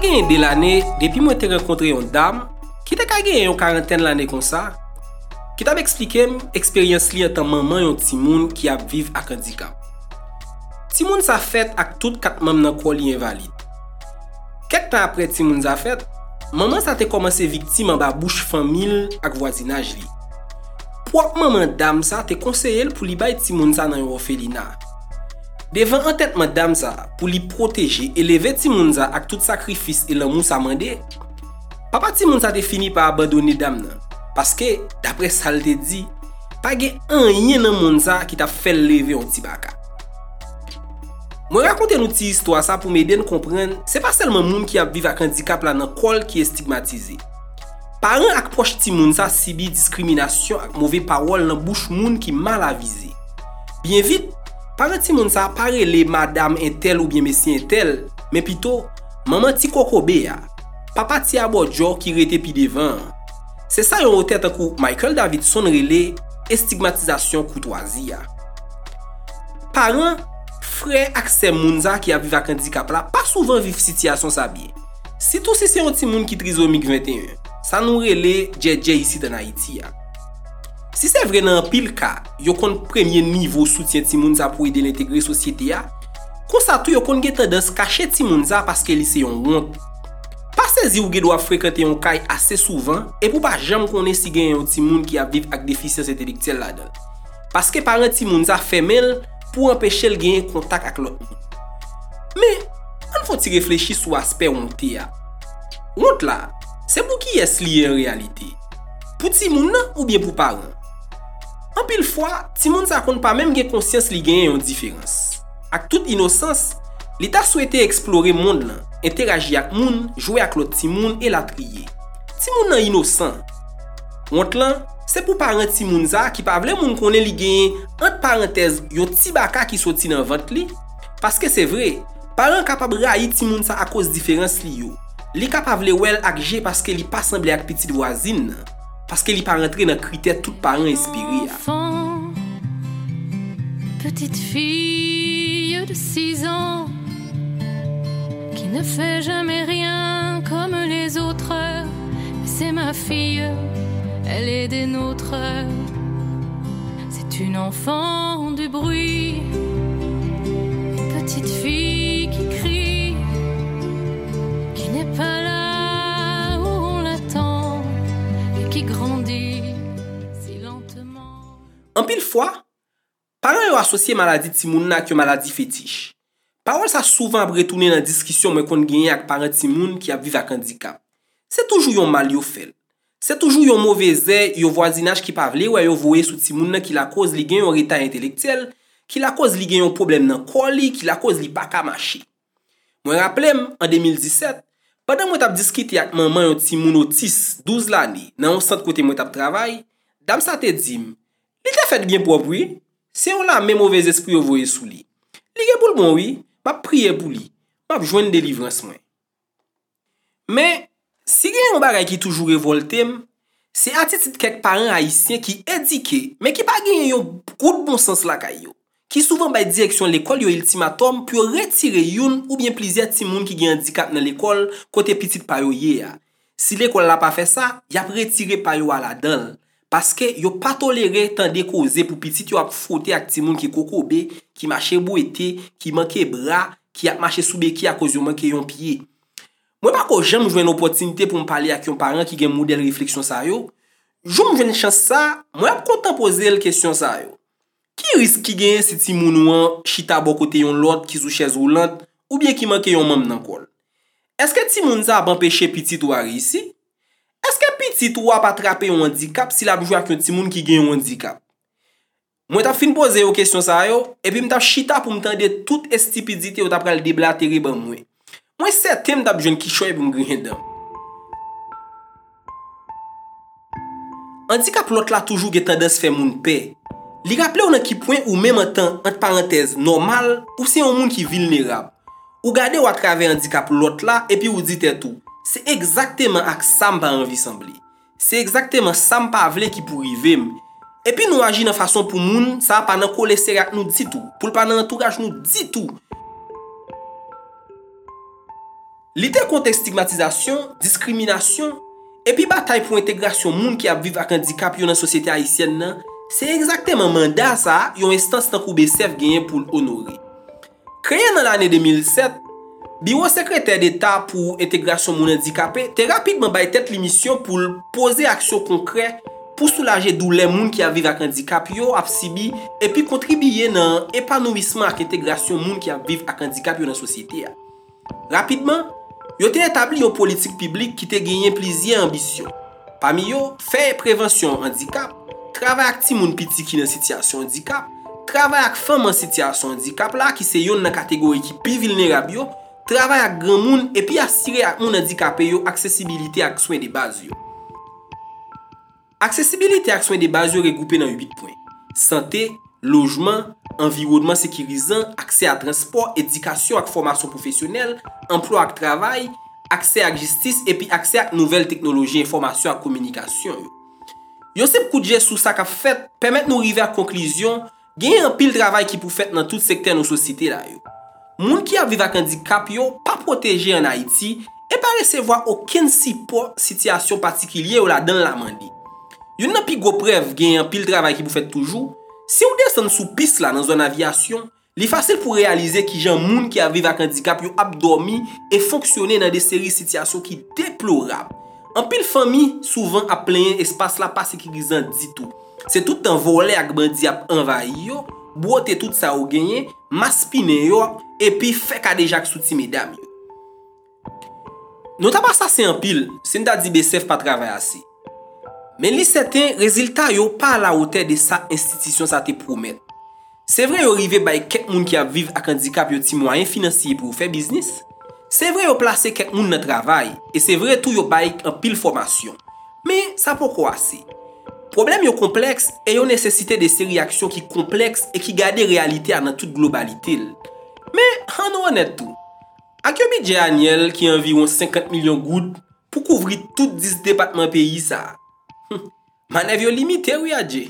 gen de l'année depuis moi te rencontré une dame qui te ka gen une quarantaine l'année comme ça, qui t'a expliqué expérience li en tant maman yon ti moun qui a vivre ak handicap. Ti moun sa fait ak tout quatre membres nan corps li invalide. Quelques temps après ti moun sa fait, maman sa te commencé victime en ba bouche famille ak voisinage li. Pour maman dame sa te conseillé pour li bay ti moun sa nan yon orphelinat. Devant entêtement dame sa pour li protéger, élever ti moun sa ak tout sacrifice et l'amour sa mandé, papa ti moun sa te fini par abandonner dame nan. Parce que d'après ça le te dit, pas gen rien nan moun sa qui t'a fait lever un petit baka. Moi raconter nous ti histoire ça pour m'aider à comprendre, c'est pas seulement moun qui a vivre avec handicap là nan kol qui est stigmatisé. Parents ak proche ti moun sa subi discrimination ak mauvais parole nan bouche moun qui mal avisé. Bien vite, parents ti moun sa pa rele madame intel ou bien monsieur intel, mais plutôt maman ti kokobe ya. Papa ti abodjo qui rete pi devant. C'est ça yon tête kou Michael Davidson relé stigmatisation courtoisie ya. Parents, frère ak se moun sa qui a vivre avec handicap là, pas souvent vivre situation ça bien. Surtout si c'est un ti moun qui trisomique 21. Ça nous relé JJ ici en Haïti ya. Si c'est vrai dans pile cas, yo kon premier niveau soutien ti moun sa pour aider l'intégrer société ya, kon sa tout yo kon gen tendance cacher ti moun sa parce que li c'est yon honte. Pas saisi ou doit fréquenter un kay assez souvent et pour pas jamais connaître si gen yon ti moun qui a vivre avec déficience intellectuelle là-dedans. Parce que parents ti moun sa femelle pour empêcher le gagner contact avec l'autre moun. Mais on faut y réfléchir sur aspect honte ya. Honte là, c'est pour qui est lié en réalité? Pour ti moun nan ou bien pour parents? En pile fois, ti moun sa kon pas même gen conscience li gen yon différence. Ak toute innocence, l'État souhaité explorer monde là, interagir avec moun, jouer avec l'autre ti moun et la trier. Ti moun nan innocent. Honte là, c'est pour parents ti moun sa qui pa vle moun konnen li gen entre parenthèses yon ti baka qui sorti dans ventre li parce que c'est vrai, parents capable railler ti moun sa à cause différence li yo. Li capable wel ak G parce que li pas semblé ak petite voisine. Parce que li pas rentré dans critère tout parents inspiré. Petite fille de 6 ans qui ne fait jamais rien comme les autres. C'est ma fille, elle est des nôtres. C'est une enfant du bruit, une petite fille qui crie, qui n'est pas là où on l'attend et qui grandit si lentement. En pile fois, parents yo associé maladie ti moun nan ak maladie fétiche. Parole ça souvent retourner dans discussion mais kon gagner avec parents ti moun qui a vivre avec handicap. C'est toujours yon mal yo fait. C'est toujours yon mauvais air, yon voisinage qui pa vle ou yo voye sou ti moun nan qui la cause li gen yon retard intellectuel, qui la cause li gen yon problème nan corps li, qui la cause li pa ka marcher. Moi rappelem en 2017, pendant moi t'a discuter avec maman yon ti moun autiste 12 l'année dans un centre côté moi t'a travail, dame sa te dim, li te fait bien propre oui. C'est on la même mauvais esprit yo voye sou li. Li gen pou bon oui, m'a prier pour li, m'a joindre délivrance moi. Mais si gen yon bagay qui toujours révolté, c'est attitude quelques parents haïtiens qui éduqués mais qui pas gen yon coup de bon sens la kay yo, qui souvent bay direction l'école yo ultimatum pour retirer yon ou bien plusieurs ti moun qui gen handicap dans l'école côté petite pa yo ye ya. Si l'école la pas fait ça, y a retiré pa yo à la dedans. Parce que yo pas toléré tant de causer pour petit yo a frotter ak ti moun qui kokobe, qui marcher bouete, qui manque bras, qui a marché sous béki à cause yo manque yon pied. Moi pas ko j'aime jouer une opportunité pour me parler avec un parent qui gen modèle réflexion ça yo. J'aime jouer une chance ça, moi content poser la question ça yo. Qui risque qui gagne si ti moun ou chita bo côté yon l'autre qui sous chaise roulante ou bien qui manque yon membre dans col. Est-ce que ti moun ça va empêcher petit ou a réussi? Est-ce que petit ou a pas attraper un handicap si la jouer avec un ti moun qui gagne un handicap? Moi t'a fin poser une question ça yo et puis m't'a chita pour m'tendre toute stupidité ou t'a pral déblatérer ban moi. Moi certain m't'a besoin qui choy pour m'gagner dedans. Handicap l'autre là toujours gen tendance faire moun paix. Li rappelle on qui point ou même en temps entre parenthèses normal ou c'est un monde qui vulnérable. Ou gade ou à travers handicap l'autre là et puis ou dit tout. C'est exactement ak ça m'pa envie sembler. C'est exactement ça m'pa vle qui pour river. Et puis nous agir de façon pour moun, ça pas nan coller serre nous dit tout. Pour pas nan entourage nous dit tout. Lutter contre stigmatisation, discrimination, et puis bataille pour intégration moun qui a vivre avec handicap dans la société haïtienne nan, c'est exactement mandat ça, yon instance tan kou BCF genyen pour honorer. Créé dans l'année 2007, Bureau secrétaire d'État pour intégration moun handicapé, te rapidement bay tête l'émission pour poser action concrète pour soulager douleur moun qui a vivre avec handicap yo ap sibi et puis contribuer dans épanouissement ak intégration moun qui a vivre avec handicap yo dans société. Rapidement, yo te établi une politique publique qui te gagné plusieurs ambitions. Parmi yo, faire prévention handicap, travail avec ti moun piti qui dans situation handicap, travail avec femme en situation handicap là qui c'est yon dans catégorie qui plus vulnérable yo, travail avec grand moun et puis assurer ak moun handicapé yo accessibilité ak soins de base yo. Accessibilité ak soins de base yo regroupé dans 8 points. Santé, logement, environnement sécurisant, accès à transport, éducation ak formation professionnelle, emploi ak travail, accès à justice et puis accès à nouvelles technologies, information et communication. Yo se coup de jet sous ça qu'a fait permettre nous arriver à conclusion, gagner un pile travail qui pour fait dans tout secteur de société là yo. Moun qui a vivre avec handicap yo pas protégé en Haïti et pas recevoir aucun support situation particulier ou là dans la mandi. Yon nan pi gros preuve gagner un pile travail qui pour fait toujours. Si on descend sous piste là dans une aviation, li facile pour réaliser qui jan moun qui a vivre avec handicap yo ap dormi et fonctionner dans des séries situations qui déplorables. En pile famille souvent a plein espace là pas sécurisant dit tout. C'est tout un volet ak bandi ap envahi yo, bote tout ça ou gagné, maspine yo et puis fait ka déjà sous ti mesdames yo. Non ta pas ça c'est en pile, c'est n'ta di BCF pas travail assez. Mais li certain résultat yo pas à la hauteur de sa institution ça te promet. C'est vrai yo rive bay quelques moun qui a vivre avec handicap yo ti moyen financier pour faire business. C'est vrai yo placer quelques moun dans travail et c'est vrai tout yo bay en pile formation. Mais ça pourquoi assez. Problème yo complexe et yo nécessité de séries actions qui complexes et qui garder réalité dans toute globalité. Mais on honnête tout. Ak yo budget annuel qui environ 50 millions goud pour couvrir tout 10 départements pays ça. Manèvre limité oui adje.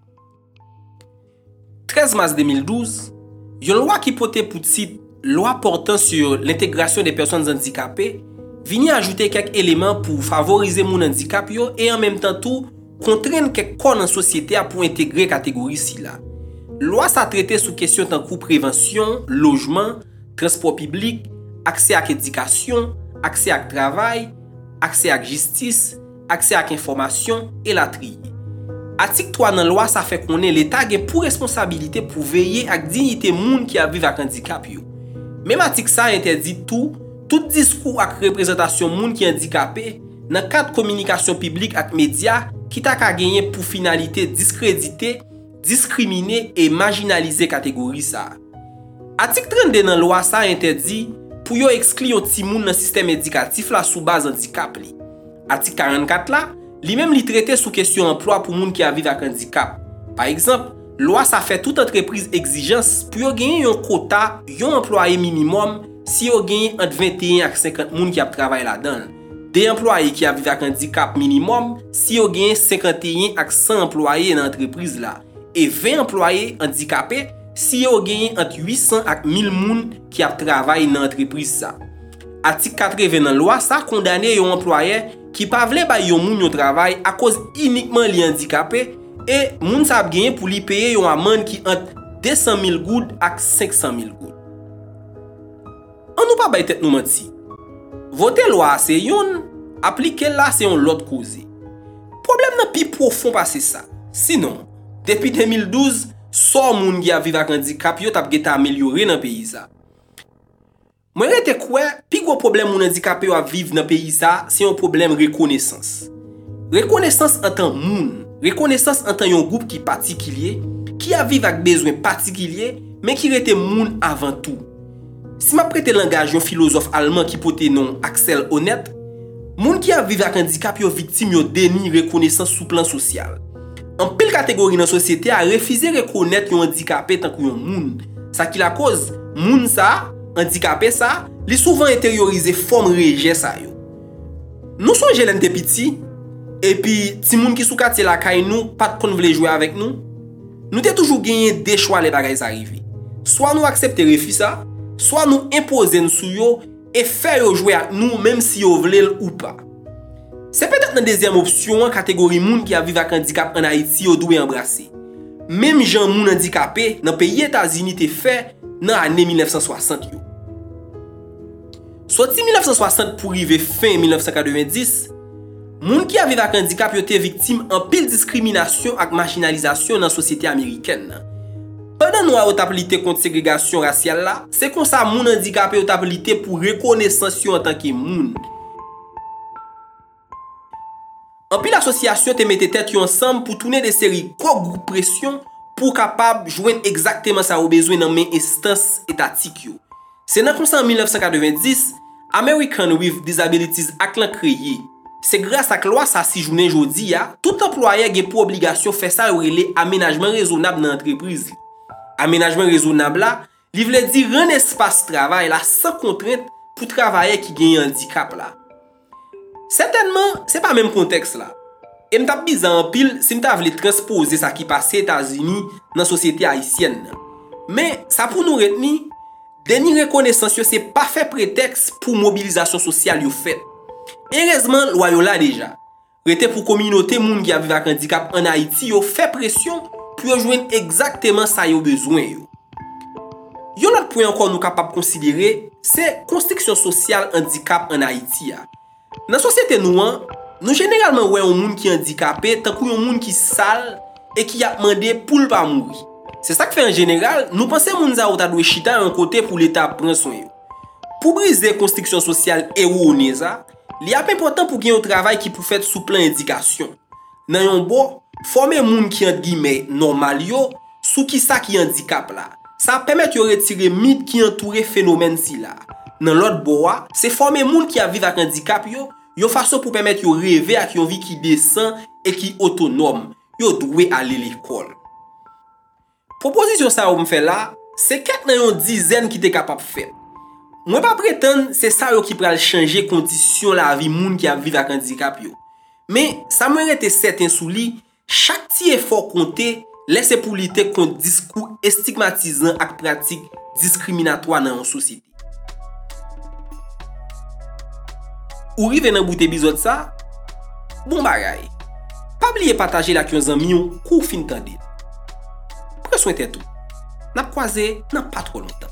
13 mars 2012, une loi qui portait pour titre loi portant sur l'intégration des personnes handicapées vient ajouter quelques éléments pour favoriser mon handicap yo et en même temps tout contraindre quelques corps dans société pour intégrer catégorie ci là. Loi ça traité sous question tant que prévention, logement, transport public, accès à l'éducation, accès à travail, accès à justice, accès à information et la tri. Article 3 dans loi ça fait qu'on est l'état gen pour responsabilité pour veiller à dignité moun qui a vivre avec handicap yo. Même article ça interdit tout discours ak représentation moun qui handicapé dans cadre communication publique ak médias qui t'a ka gagner pour finalité discréditer, discriminer et marginaliser catégorie ça. Article 32 dans loi ça interdit pour yo exclure ti moun dans système éducatif là sous base handicap li. Article 44 là, li même li traité sous question emploi pour moun qui a vivre avec handicap. Par exemple, loi ça fait toute entreprise exigence pour yo gagner un quota, yon employé minimum si yo gagner entre 21 et 50 moun qui a travaillé là-dedans. Des employés qui a vivre avec handicap minimum si yo gagner 51 et 100 employés dans l'entreprise là et 20 employés handicapés si yo gagner entre 800 et 1000 moun qui a travaillé dans l'entreprise ça. Article 80 dans loi ça condamne yon employé qui pa vle ba yon moun yo travail à cause uniquement li handicapé et moun sa gagné pour li payer yon amende qui entre 200 000 goud ak 500 000 goud. On nous pas bay tête nous menti. Voter loi c'est yon, appliquer là c'est yon l'autre cause. Problème nan pi profond pas c'est ça. Sinon, depuis 2012, so moun qui a vivre avec handicap yo t'a gete améliorer dans pays ça. Moi rete quoi, pi gros problème moun handicapé yo a vivre dans pays ça, c'est un problème reconnaissance. Reconnaissance en tant moun, reconnaissance en tant yon groupe qui particulier, qui a vivre avec besoin particulier, mais qui rete moun avant tout. Si m'a prêté langage yon philosophe allemand qui pote nom Axel Honneth, moun qui a vivre avec handicap yo victime yo déni reconnaissance sous plan social. En pile catégorie dans société a refusé reconnaître yon handicapé tant que yon moun. Ça qui la cause, moun ça handicapé ça, li souvent intériorisé forme rejet ça yo. Nous songe l'en de petit et puis ti moun qui sou quartier la kay nous pas kon vle jouer avec nous. Nous t'ai toujours gagné des choix les bagages arriver. Soit nous accepter refus ça, soit nous imposer sou yo et faire yo jouer avec nous même si yo vle ou pas. C'est peut-être une deuxième option, catégorie moun qui a vivre avec handicap en Haïti yo doit embrasser. Même gens moun handicapé dans pays États-Unis te fait dans l'année 1960 yo. Sorti 1960 pour arriver fin 1990, moun qui a vivre avec handicap yo te victime en pile discrimination et marginalisation dans la société américaine. Pendant nous a lutter contre ségrégation raciale là, c'est comme ça moun handicapé a lutter pour reconnaissance en tant que moun. En pile l'association te mette tête ensemble pour tourner des séries groupe pression pour capable joindre exactement ça au besoin dans mes instances étatiques yo. C'est dans comme ça en 1990, American with Disabilities Act lan créé. C'est grâce à la loi ça si journée jodi a, tout employé a pour obligation faire ça relé aménagement raisonnable dans l'entreprise. Aménagement raisonnable là, li vle dire rendre espace travail là sans contrainte pour travailler qui gagne handicap là. Certainement, c'est pas même contexte là. Et m't'a bizarre en pile si m't'a vle transposer ça qui passe aux États-Unis dans société haïtienne. Mais ça pour nous retenir, dernier reconnaissance c'est pas fait prétexte pour mobilisation sociale yo fait. Heureusement, loi yo là déjà. Rete pour communauté moun qui a vivre avec handicap en Haïti yo fait pression pour joindre exactement ça yo besoin yo. Yon l'autre point encore nous capable considérer, c'est construction sociale handicap en Haïti. Dans la société nous généralement ouais un monde qui est handicapé tant qu'un monde qui sale et qui a demandé pour ne pas mourir. C'est ça que fait en général, nous pensons moun za ou ta doit chita un côté pour l'état prendre soin yo. Pour briser construction sociale erronée ça, il est important pour gagner un travail qui peut faire sous plan éducation. Dans yon bo, former moun qui entre guillemets normal yo sous qui ça qui handicap là. Ça permet de retirer mythe qui entoure phénomène si là. Dans l'autre bois, c'est former moun qui a vivre avec handicap yo façon pour permettre yo rêver avec une vie qui descend et qui autonome. Yo doit aller l'école. Proposition ça ou me fait là, c'est quelques dans une dizaine qui t'est capable faire. Moi pas prétendre c'est ça yo qui pral changer condition la vie moun qui a vivre avec handicap yo. Mais ça me rete certain sous li, chaque petit effort compté laisse pour lutter contre discours stigmatisant et pratiques discriminatoires dans une société. Ou rive nan bout épisode ça, bon bagay. Pas oublier partager la 15 amis kou fin tande. Prends soin de tout. N'a croisé dans pas trop longtemps.